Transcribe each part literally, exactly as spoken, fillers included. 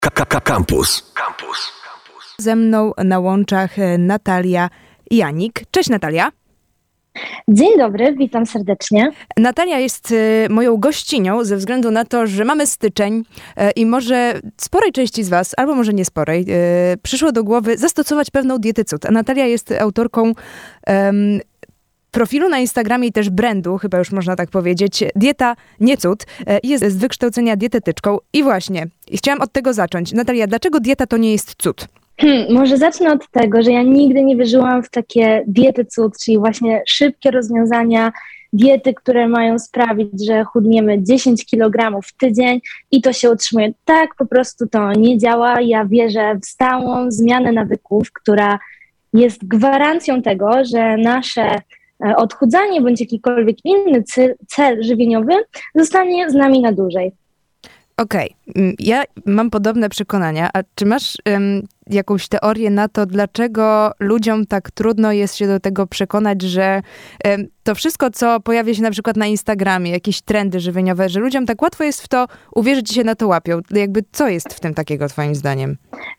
Campus. Campus. Ze mną na łączach Natalia Janik. Cześć Natalia. Dzień dobry, witam serdecznie. Natalia jest moją gościnią ze względu na to, że mamy styczeń i może sporej części z was, albo może nie sporej, przyszło do głowy zastosować pewną dietę cud. A Natalia jest autorką um, profilu na Instagramie i też brandu, chyba już można tak powiedzieć, Dieta Nie Cud. Jest z wykształcenia dietetyczką. I właśnie, chciałam od tego zacząć. Natalia, dlaczego dieta to nie jest cud? Hmm, może zacznę od tego, że ja nigdy nie wierzyłam w takie diety cud, czyli właśnie szybkie rozwiązania, diety, które mają sprawić, że chudniemy dziesięć kilogramów w tydzień i to się utrzymuje. Tak po prostu to nie działa. Ja wierzę w stałą zmianę nawyków, która jest gwarancją tego, że nasze odchudzanie bądź jakikolwiek inny cel, cel żywieniowy zostanie z nami na dłużej. Okej, okay. Ja mam podobne przekonania, a czy masz um, jakąś teorię na to, dlaczego ludziom tak trudno jest się do tego przekonać, że um, to wszystko, co pojawia się na przykład na Instagramie, jakieś trendy żywieniowe, że ludziom tak łatwo jest w to uwierzyć i się na to łapią? Jakby co jest w tym takiego twoim zdaniem?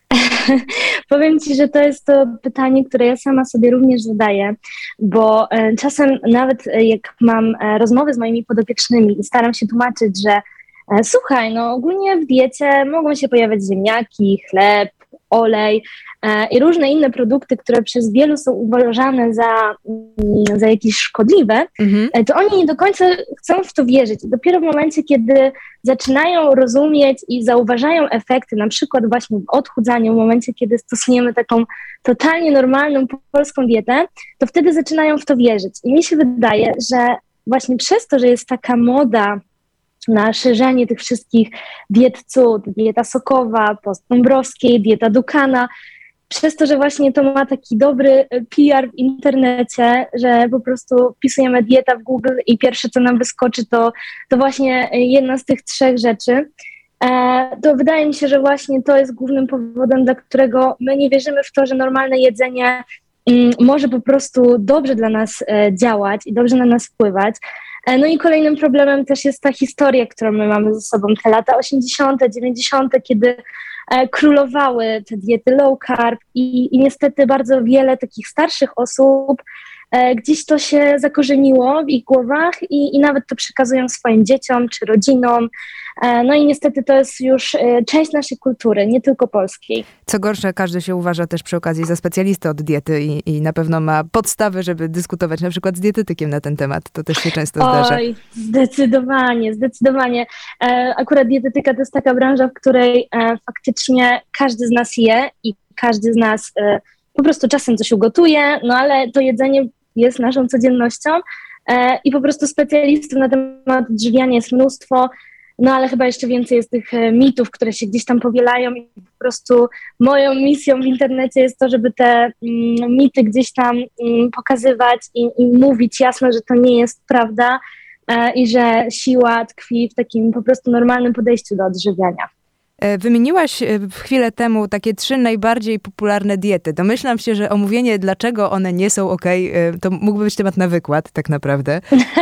Powiem ci, że to jest to pytanie, które ja sama sobie również zadaję, bo e, czasem nawet e, jak mam e, rozmowy z moimi podopiecznymi i staram się tłumaczyć, że e, słuchaj, no ogólnie w diecie mogą się pojawiać ziemniaki, chleb, olej e, i różne inne produkty, które przez wielu są uważane za, mm, za jakieś szkodliwe, mhm. e, to oni nie do końca chcą w to wierzyć. I dopiero w momencie, kiedy zaczynają rozumieć i zauważają efekty, na przykład właśnie w odchudzaniu, w momencie, kiedy stosujemy taką totalnie normalną polską dietę, to wtedy zaczynają w to wierzyć. I mi się wydaje, że właśnie przez to, że jest taka moda na szerzenie tych wszystkich diet cud, dieta sokowa, post Dąbrowskiej, dieta Dukana, przez to, że właśnie to ma taki dobry P R w internecie, że po prostu wpisujemy dieta w Google i pierwsze, co nam wyskoczy, to, to właśnie jedna z tych trzech rzeczy, e, to wydaje mi się, że właśnie to jest głównym powodem, dla którego my nie wierzymy w to, że normalne jedzenie mm, może po prostu dobrze dla nas e, działać i dobrze na nas wpływać. No i kolejnym problemem też jest ta historia, którą my mamy ze sobą, te lata osiemdziesiąte, dziewięćdziesiąte, kiedy królowały te diety low carb i, i niestety bardzo wiele takich starszych osób gdzieś to się zakorzeniło w ich głowach i, i nawet to przekazują swoim dzieciom czy rodzinom. No i niestety to jest już część naszej kultury, nie tylko polskiej. Co gorsza, każdy się uważa też przy okazji za specjalistę od diety i, i na pewno ma podstawy, żeby dyskutować na przykład z dietetykiem na ten temat. To też się często zdarza. Oj, zdecydowanie, zdecydowanie. Akurat dietetyka to jest taka branża, w której faktycznie każdy z nas je i każdy z nas po prostu czasem coś ugotuje, no ale to jedzenie jest naszą codziennością e, i po prostu specjalistów na temat odżywiania jest mnóstwo, no ale chyba jeszcze więcej jest tych e, mitów, które się gdzieś tam powielają i po prostu moją misją w internecie jest to, żeby te mm, mity gdzieś tam mm, pokazywać i, i mówić jasno, że to nie jest prawda e, i że siła tkwi w takim po prostu normalnym podejściu do odżywiania. Wymieniłaś chwilę temu takie trzy najbardziej popularne diety. Domyślam się, że omówienie, dlaczego one nie są okej, to mógłby być temat na wykład tak naprawdę.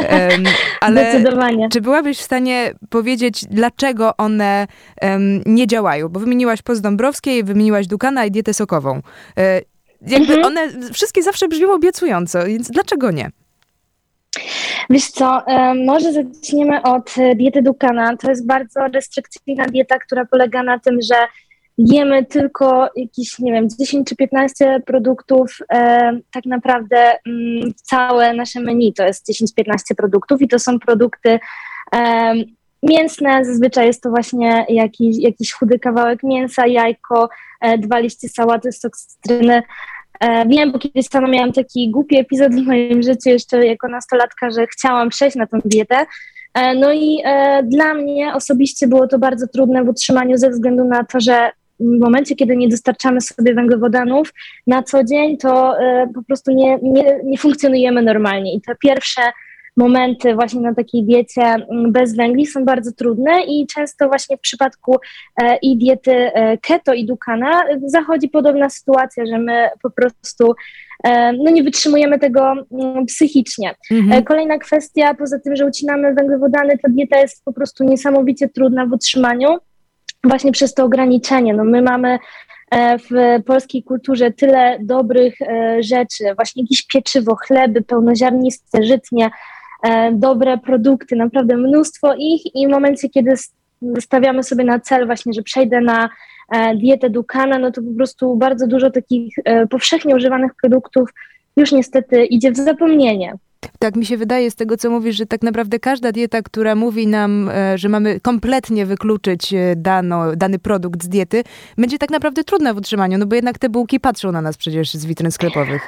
Ale zdecydowanie. Czy byłabyś w stanie powiedzieć, dlaczego one um, nie działają? Bo wymieniłaś post Dąbrowskiej, wymieniłaś Dukana i dietę sokową. Jakby mhm. one wszystkie zawsze brzmią obiecująco, więc dlaczego nie? Wiesz co, może zaczniemy od diety Dukana. To jest bardzo restrykcyjna dieta, która polega na tym, że jemy tylko jakieś, nie wiem, dziesięć czy piętnaście produktów, tak naprawdę całe nasze menu to jest dziesięć piętnaście produktów i to są produkty mięsne, zazwyczaj jest to właśnie jakiś, jakiś chudy kawałek mięsa, jajko, dwa liście sałaty, sok z cytryny. Wiem, bo kiedyś sama miałam taki głupi epizod w moim życiu jeszcze jako nastolatka, że chciałam przejść na tą dietę. No i e, dla mnie osobiście było to bardzo trudne w utrzymaniu ze względu na to, że w momencie, kiedy nie dostarczamy sobie węglowodanów na co dzień, to e, po prostu nie, nie, nie funkcjonujemy normalnie. I te pierwsze momenty właśnie na takiej diecie bez węgli są bardzo trudne i często właśnie w przypadku e, i diety e, keto i Dukana zachodzi podobna sytuacja, że my po prostu e, no nie wytrzymujemy tego m, psychicznie. Mhm. E, kolejna kwestia, poza tym, że ucinamy węglowodany, ta dieta jest po prostu niesamowicie trudna w utrzymaniu. właśnie przez to ograniczenie. No my mamy w polskiej kulturze tyle dobrych rzeczy, właśnie jakieś pieczywo, chleby pełnoziarniste, żytnie, dobre produkty, naprawdę mnóstwo ich i w momencie, kiedy stawiamy sobie na cel właśnie, że przejdę na dietę Dukana, no to po prostu bardzo dużo takich powszechnie używanych produktów już niestety idzie w zapomnienie. Tak mi się wydaje z tego, co mówisz, że tak naprawdę każda dieta, która mówi nam, że mamy kompletnie wykluczyć dano, dany produkt z diety, będzie tak naprawdę trudna w utrzymaniu, no bo jednak te bułki patrzą na nas przecież z witryn sklepowych.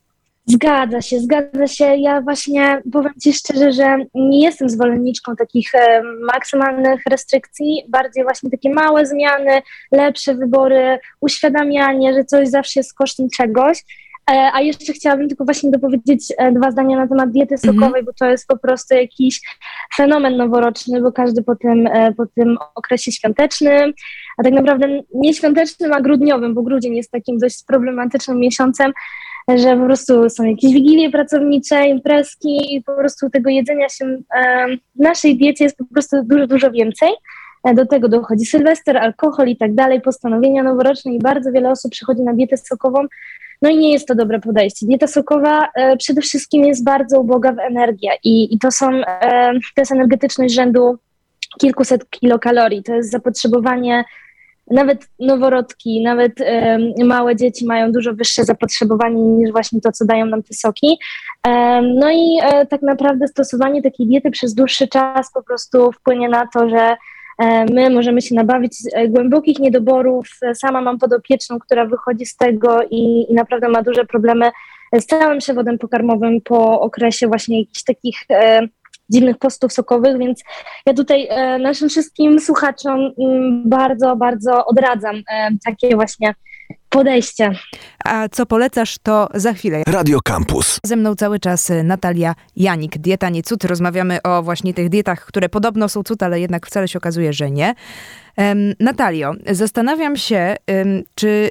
Zgadza się, zgadza się. Ja właśnie powiem Ci szczerze, że nie jestem zwolenniczką takich e, maksymalnych restrykcji, bardziej właśnie takie małe zmiany, lepsze wybory, uświadamianie, że coś zawsze jest kosztem czegoś. E, a jeszcze chciałabym tylko właśnie dopowiedzieć e, dwa zdania na temat diety sokowej, mm-hmm. bo to jest po prostu jakiś fenomen noworoczny, bo każdy po tym, e, po tym okresie świątecznym, a tak naprawdę nie świątecznym, a grudniowym, bo grudzień jest takim dość problematycznym miesiącem, że po prostu są jakieś wigilie pracownicze, imprezki i po prostu tego jedzenia się e, w naszej diecie jest po prostu dużo, dużo więcej. E, do tego dochodzi Sylwester, alkohol i tak dalej, postanowienia noworoczne i bardzo wiele osób przychodzi na dietę sokową. No i nie jest to dobre podejście. Dieta sokowa e, przede wszystkim jest bardzo uboga w energię i, i to są, e, to jest energetyczność rzędu kilkuset kilokalorii. To jest zapotrzebowanie. Nawet noworodki, nawet y, małe dzieci mają dużo wyższe zapotrzebowanie niż właśnie to, co dają nam te soki. Y, no i y, tak naprawdę stosowanie takiej diety przez dłuższy czas po prostu wpłynie na to, że y, my możemy się nabawić y, głębokich niedoborów. Sama mam podopieczną, która wychodzi z tego i, i naprawdę ma duże problemy z całym przewodem pokarmowym po okresie właśnie jakichś takich y, dziwnych postów sokowych, więc ja tutaj e, naszym wszystkim słuchaczom m, bardzo, bardzo odradzam e, takie właśnie podejście. A co polecasz, to za chwilę. Radio Campus. Ze mną cały czas Natalia Janik, Dieta nie cud. Rozmawiamy o właśnie tych dietach, które podobno są cud, ale jednak wcale się okazuje, że nie. Um, Natalio, zastanawiam się, um, czy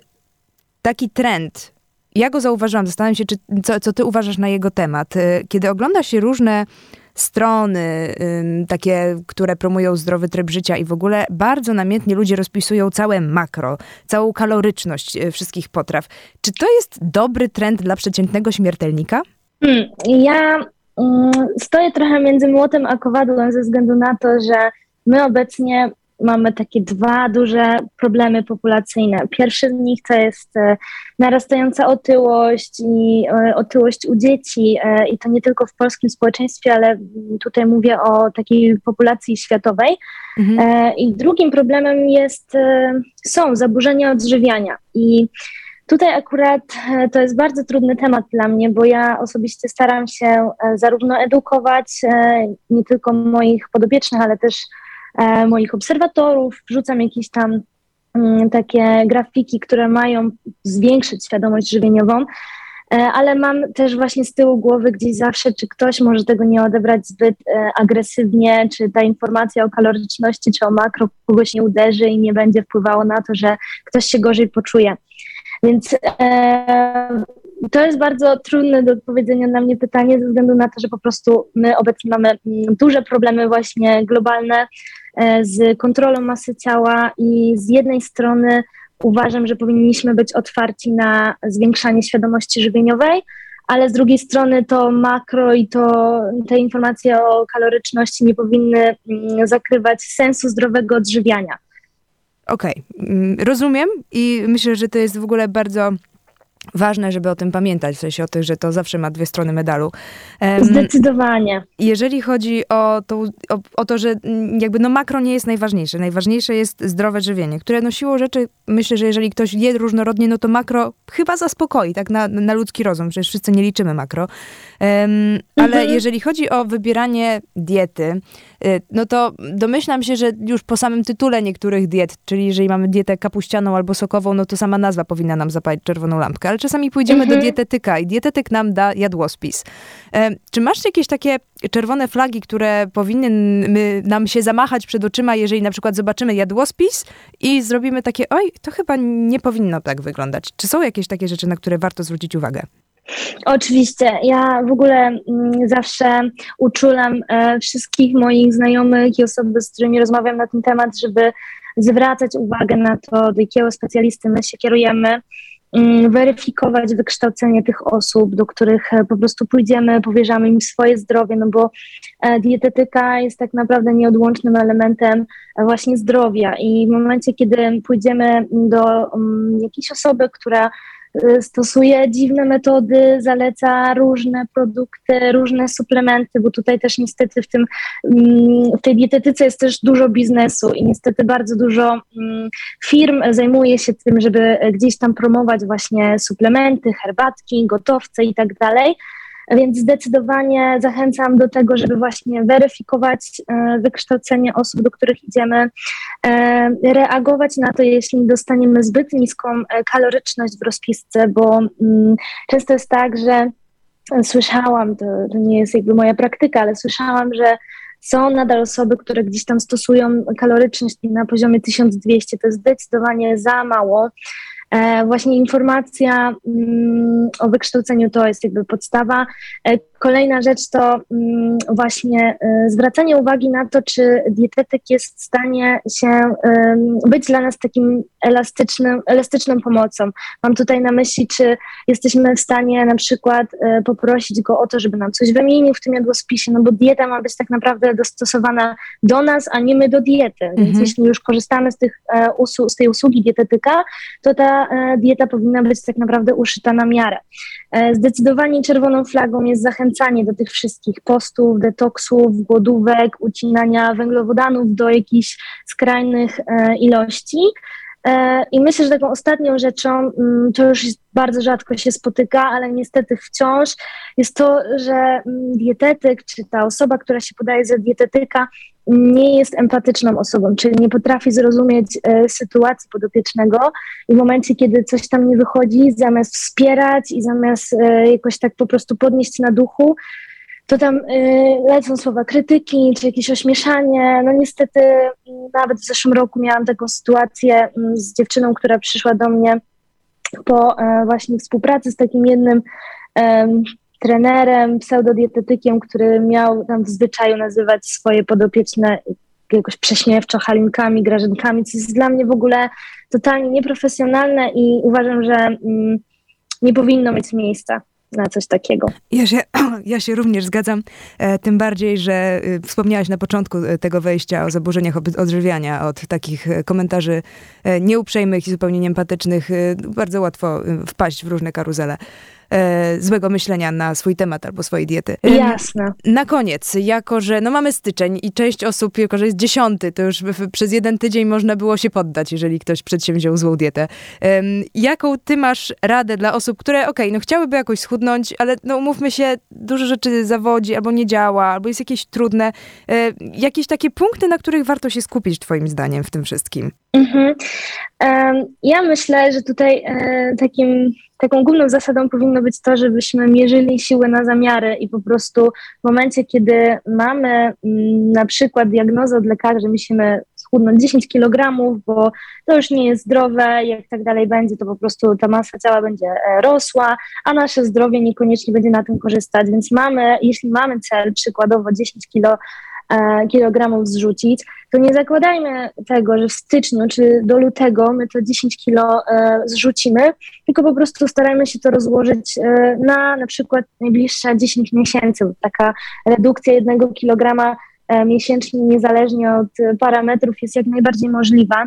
taki trend, ja go zauważyłam, zastanawiam się, czy, co, co ty uważasz na jego temat. Kiedy ogląda się różne strony, ym, takie, które promują zdrowy tryb życia i w ogóle bardzo namiętnie ludzie rozpisują całe makro, całą kaloryczność y, wszystkich potraw. Czy to jest dobry trend dla przeciętnego śmiertelnika? Hmm, ja mm, stoję trochę między młotem a kowadłem ze względu na to, że my obecnie mamy takie dwa duże problemy populacyjne. Pierwszy z nich to jest e, narastająca otyłość i e, otyłość u dzieci e, i to nie tylko w polskim społeczeństwie, ale tutaj mówię o takiej populacji światowej. Mhm. E, I drugim problemem jest, e, są zaburzenia odżywiania i tutaj akurat e, to jest bardzo trudny temat dla mnie, bo ja osobiście staram się e, zarówno edukować e, nie tylko moich podopiecznych, ale też E, moich obserwatorów, wrzucam jakieś tam m, takie grafiki, które mają zwiększyć świadomość żywieniową, e, ale mam też właśnie z tyłu głowy gdzieś zawsze, czy ktoś może tego nie odebrać zbyt e, agresywnie, czy ta informacja o kaloryczności, czy o makro kogoś nie uderzy i nie będzie wpływało na to, że ktoś się gorzej poczuje. Więc e, to jest bardzo trudne do odpowiedzenia na mnie pytanie ze względu na to, że po prostu my obecnie mamy duże problemy właśnie globalne e, z kontrolą masy ciała i z jednej strony uważam, że powinniśmy być otwarci na zwiększanie świadomości żywieniowej, ale z drugiej strony to makro i to te informacje o kaloryczności nie powinny m, zakrywać sensu zdrowego odżywiania. Okej, okay. Rozumiem i myślę, że to jest w ogóle bardzo ważne, żeby o tym pamiętać, w sensie o tym, że to zawsze ma dwie strony medalu. Um, Zdecydowanie. Jeżeli chodzi o to, o, o to, że jakby no makro nie jest najważniejsze. Najważniejsze jest zdrowe żywienie, które no siłą rzeczy, myślę, że jeżeli ktoś je różnorodnie, no to makro chyba zaspokoi, tak na, na ludzki rozum, przecież wszyscy nie liczymy makro. Um, ale mhm. jeżeli chodzi o wybieranie diety, no to domyślam się, że już po samym tytule niektórych diet, czyli jeżeli mamy dietę kapuścianą albo sokową, no to sama nazwa powinna nam zapalić czerwoną lampkę, ale czasami pójdziemy mhm. do dietetyka i dietetyk nam da jadłospis. E, czy masz jakieś takie czerwone flagi, które powinny my, nam się zamachać przed oczyma, jeżeli na przykład zobaczymy jadłospis i zrobimy takie, oj, to chyba nie powinno tak wyglądać. Czy są jakieś takie rzeczy, na które warto zwrócić uwagę? Oczywiście. Ja w ogóle mm, zawsze uczulam e, wszystkich moich znajomych i osoby, z którymi rozmawiam na ten temat, żeby zwracać uwagę na to, do jakiego specjalisty my się kierujemy, weryfikować wykształcenie tych osób, do których po prostu pójdziemy, powierzamy im swoje zdrowie, no bo dietetyka jest tak naprawdę nieodłącznym elementem właśnie zdrowia i w momencie, kiedy pójdziemy do um, jakiejś osoby, która stosuje dziwne metody, zaleca różne produkty, różne suplementy, bo tutaj też niestety w tym, w tej dietetyce jest też dużo biznesu i niestety bardzo dużo firm zajmuje się tym, żeby gdzieś tam promować właśnie suplementy, herbatki, gotowce i tak dalej. Więc zdecydowanie zachęcam do tego, żeby właśnie weryfikować wykształcenie osób, do których idziemy, reagować na to, jeśli dostaniemy zbyt niską kaloryczność w rozpisce, bo często jest tak, że słyszałam, to, to nie jest jakby moja praktyka, ale słyszałam, że są nadal osoby, które gdzieś tam stosują kaloryczność na poziomie tysiąc dwieście, to jest zdecydowanie za mało. E, właśnie informacja mm, o wykształceniu to jest jakby podstawa. E, kolejna rzecz to mm, właśnie e, zwracanie uwagi na to, czy dietetyk jest w stanie się e, być dla nas takim elastycznym, elastyczną pomocą. Mam tutaj na myśli, czy jesteśmy w stanie na przykład e, poprosić go o to, żeby nam coś wymienił w tym jadłospisie, no bo dieta ma być tak naprawdę dostosowana do nas, a nie my do diety. Mhm. Więc jeśli już korzystamy z, tych, e, usług, z tej usługi dietetyka, to ta dieta powinna być tak naprawdę uszyta na miarę. Zdecydowanie czerwoną flagą jest zachęcanie do tych wszystkich postów, detoksów, głodówek, ucinania węglowodanów do jakichś skrajnych ilości. I myślę, że taką ostatnią rzeczą, to już bardzo rzadko się spotyka, ale niestety wciąż jest to, że dietetyk czy ta osoba, która się podaje za dietetyka, nie jest empatyczną osobą, czyli nie potrafi zrozumieć e, sytuacji podopiecznego i w momencie, kiedy coś tam nie wychodzi, zamiast wspierać i zamiast e, jakoś tak po prostu podnieść na duchu, to tam y, lecą słowa krytyki, czy jakieś ośmieszanie. No niestety nawet w zeszłym roku miałam taką sytuację y, z dziewczyną, która przyszła do mnie po y, właśnie współpracy z takim jednym y, trenerem, pseudodietetykiem, który miał tam w zwyczaju nazywać swoje podopieczne jakoś prześmiewczo halinkami, grażynkami, co jest dla mnie w ogóle totalnie nieprofesjonalne i uważam, że y, nie powinno mieć miejsca na coś takiego. Ja się, ja się również zgadzam, e, tym bardziej, że e, wspomniałaś na początku tego wejścia o zaburzeniach odżywiania, od takich komentarzy e, nieuprzejmych i zupełnie nieempatycznych. E, bardzo łatwo wpaść w różne karuzele e, złego myślenia na swój temat albo swojej diety. E, Jasne. Na koniec, jako że no mamy styczeń i część osób, jako że jest dziesiąty, to już w, w, przez jeden tydzień można było się poddać, jeżeli ktoś przedsięwziął złą dietę. E, jaką ty masz radę dla osób, które okej, okay, no chciałyby jakoś schudnąć, ale no umówmy się, dużo rzeczy zawodzi, albo nie działa, albo jest jakieś trudne. E, jakieś takie punkty, na których warto się skupić twoim zdaniem w tym wszystkim? Mhm. Um, ja myślę, że tutaj e, takim, taką główną zasadą powinno być to, żebyśmy mierzyli siłę na zamiary i po prostu w momencie, kiedy mamy m, na przykład diagnozę od lekarza, że musimy schudnąć dziesięć kilogramów, bo to już nie jest zdrowe, jak tak dalej będzie, to po prostu ta masa ciała będzie e, rosła, a nasze zdrowie niekoniecznie będzie na tym korzystać, więc mamy, jeśli mamy cel przykładowo dziesięć kilo kilogramów zrzucić, to nie zakładajmy tego, że w styczniu czy do lutego my to dziesięć kilo e, zrzucimy, tylko po prostu starajmy się to rozłożyć e, na na przykład najbliższe dziesięć miesięcy. Taka redukcja jednego kilograma e, miesięcznie, niezależnie od parametrów, jest jak najbardziej możliwa.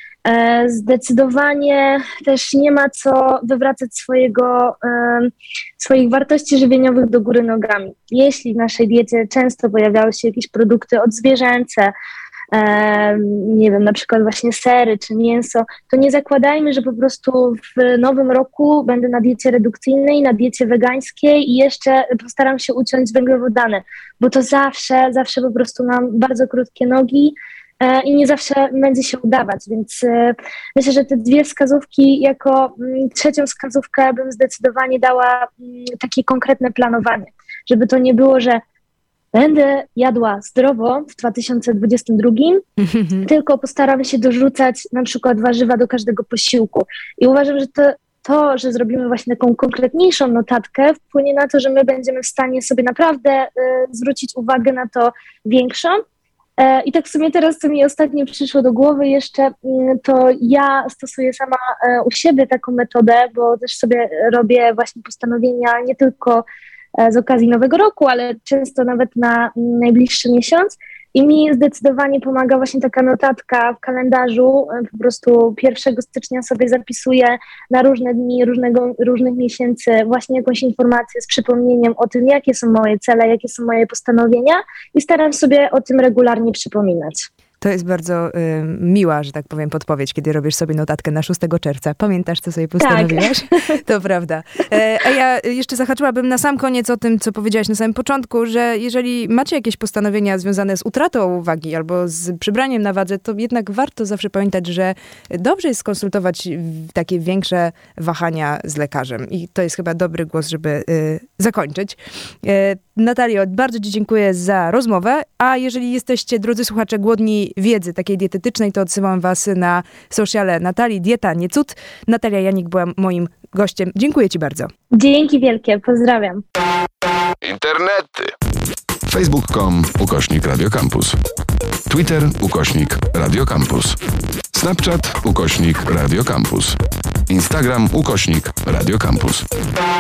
Zdecydowanie też nie ma co wywracać swojego, swoich wartości żywieniowych do góry nogami. Jeśli w naszej diecie często pojawiały się jakieś produkty odzwierzęce, nie wiem, na przykład właśnie sery czy mięso, to nie zakładajmy, że po prostu w nowym roku będę na diecie redukcyjnej, na diecie wegańskiej i jeszcze postaram się uciąć węglowodany, bo to zawsze, zawsze po prostu mam bardzo krótkie nogi i nie zawsze będzie się udawać, więc myślę, że te dwie wskazówki jako trzecią wskazówkę bym zdecydowanie dała takie konkretne planowanie, żeby to nie było, że będę jadła zdrowo w dwa tysiące dwudziestym drugim, tylko postaram się dorzucać na przykład warzywa do każdego posiłku i uważam, że to To, że zrobimy właśnie taką konkretniejszą notatkę, wpłynie na to, że my będziemy w stanie sobie naprawdę y, zwrócić uwagę na to większą, I tak w sumie teraz, co mi ostatnio przyszło do głowy jeszcze, to ja stosuję sama u siebie taką metodę, bo też sobie robię właśnie postanowienia nie tylko z okazji Nowego Roku, ale często nawet na najbliższy miesiąc. I mi zdecydowanie pomaga właśnie taka notatka w kalendarzu. Po prostu pierwszego stycznia sobie zapisuję na różne dni, różnego, różnych miesięcy właśnie jakąś informację z przypomnieniem o tym, jakie są moje cele, jakie są moje postanowienia i staram sobie o tym regularnie przypominać. To jest bardzo y, miła, że tak powiem, podpowiedź, kiedy robisz sobie notatkę na szóstego czerwca. Pamiętasz, co sobie postanowiłaś? Tak. To prawda. E, a ja jeszcze zahaczyłabym na sam koniec o tym, co powiedziałaś na samym początku, że jeżeli macie jakieś postanowienia związane z utratą wagi albo z przybraniem na wadze, to jednak warto zawsze pamiętać, że dobrze jest skonsultować takie większe wahania z lekarzem. I to jest chyba dobry głos, żeby y, zakończyć. E, Natalio, bardzo Ci dziękuję za rozmowę, a jeżeli jesteście, drodzy słuchacze, głodni wiedzy takiej dietetycznej, to odsyłam Was na sociale Natalii Dieta Nie Cud. Natalia Janik była moim gościem. Dziękuję Ci bardzo. Dzięki wielkie, pozdrawiam. Internety. Facebook kropka com ukośnik Radio Campus. Twitter ukośnik Radio Campus. Snapchat ukośnik Radio Campus. Instagram ukośnik Radio Campus.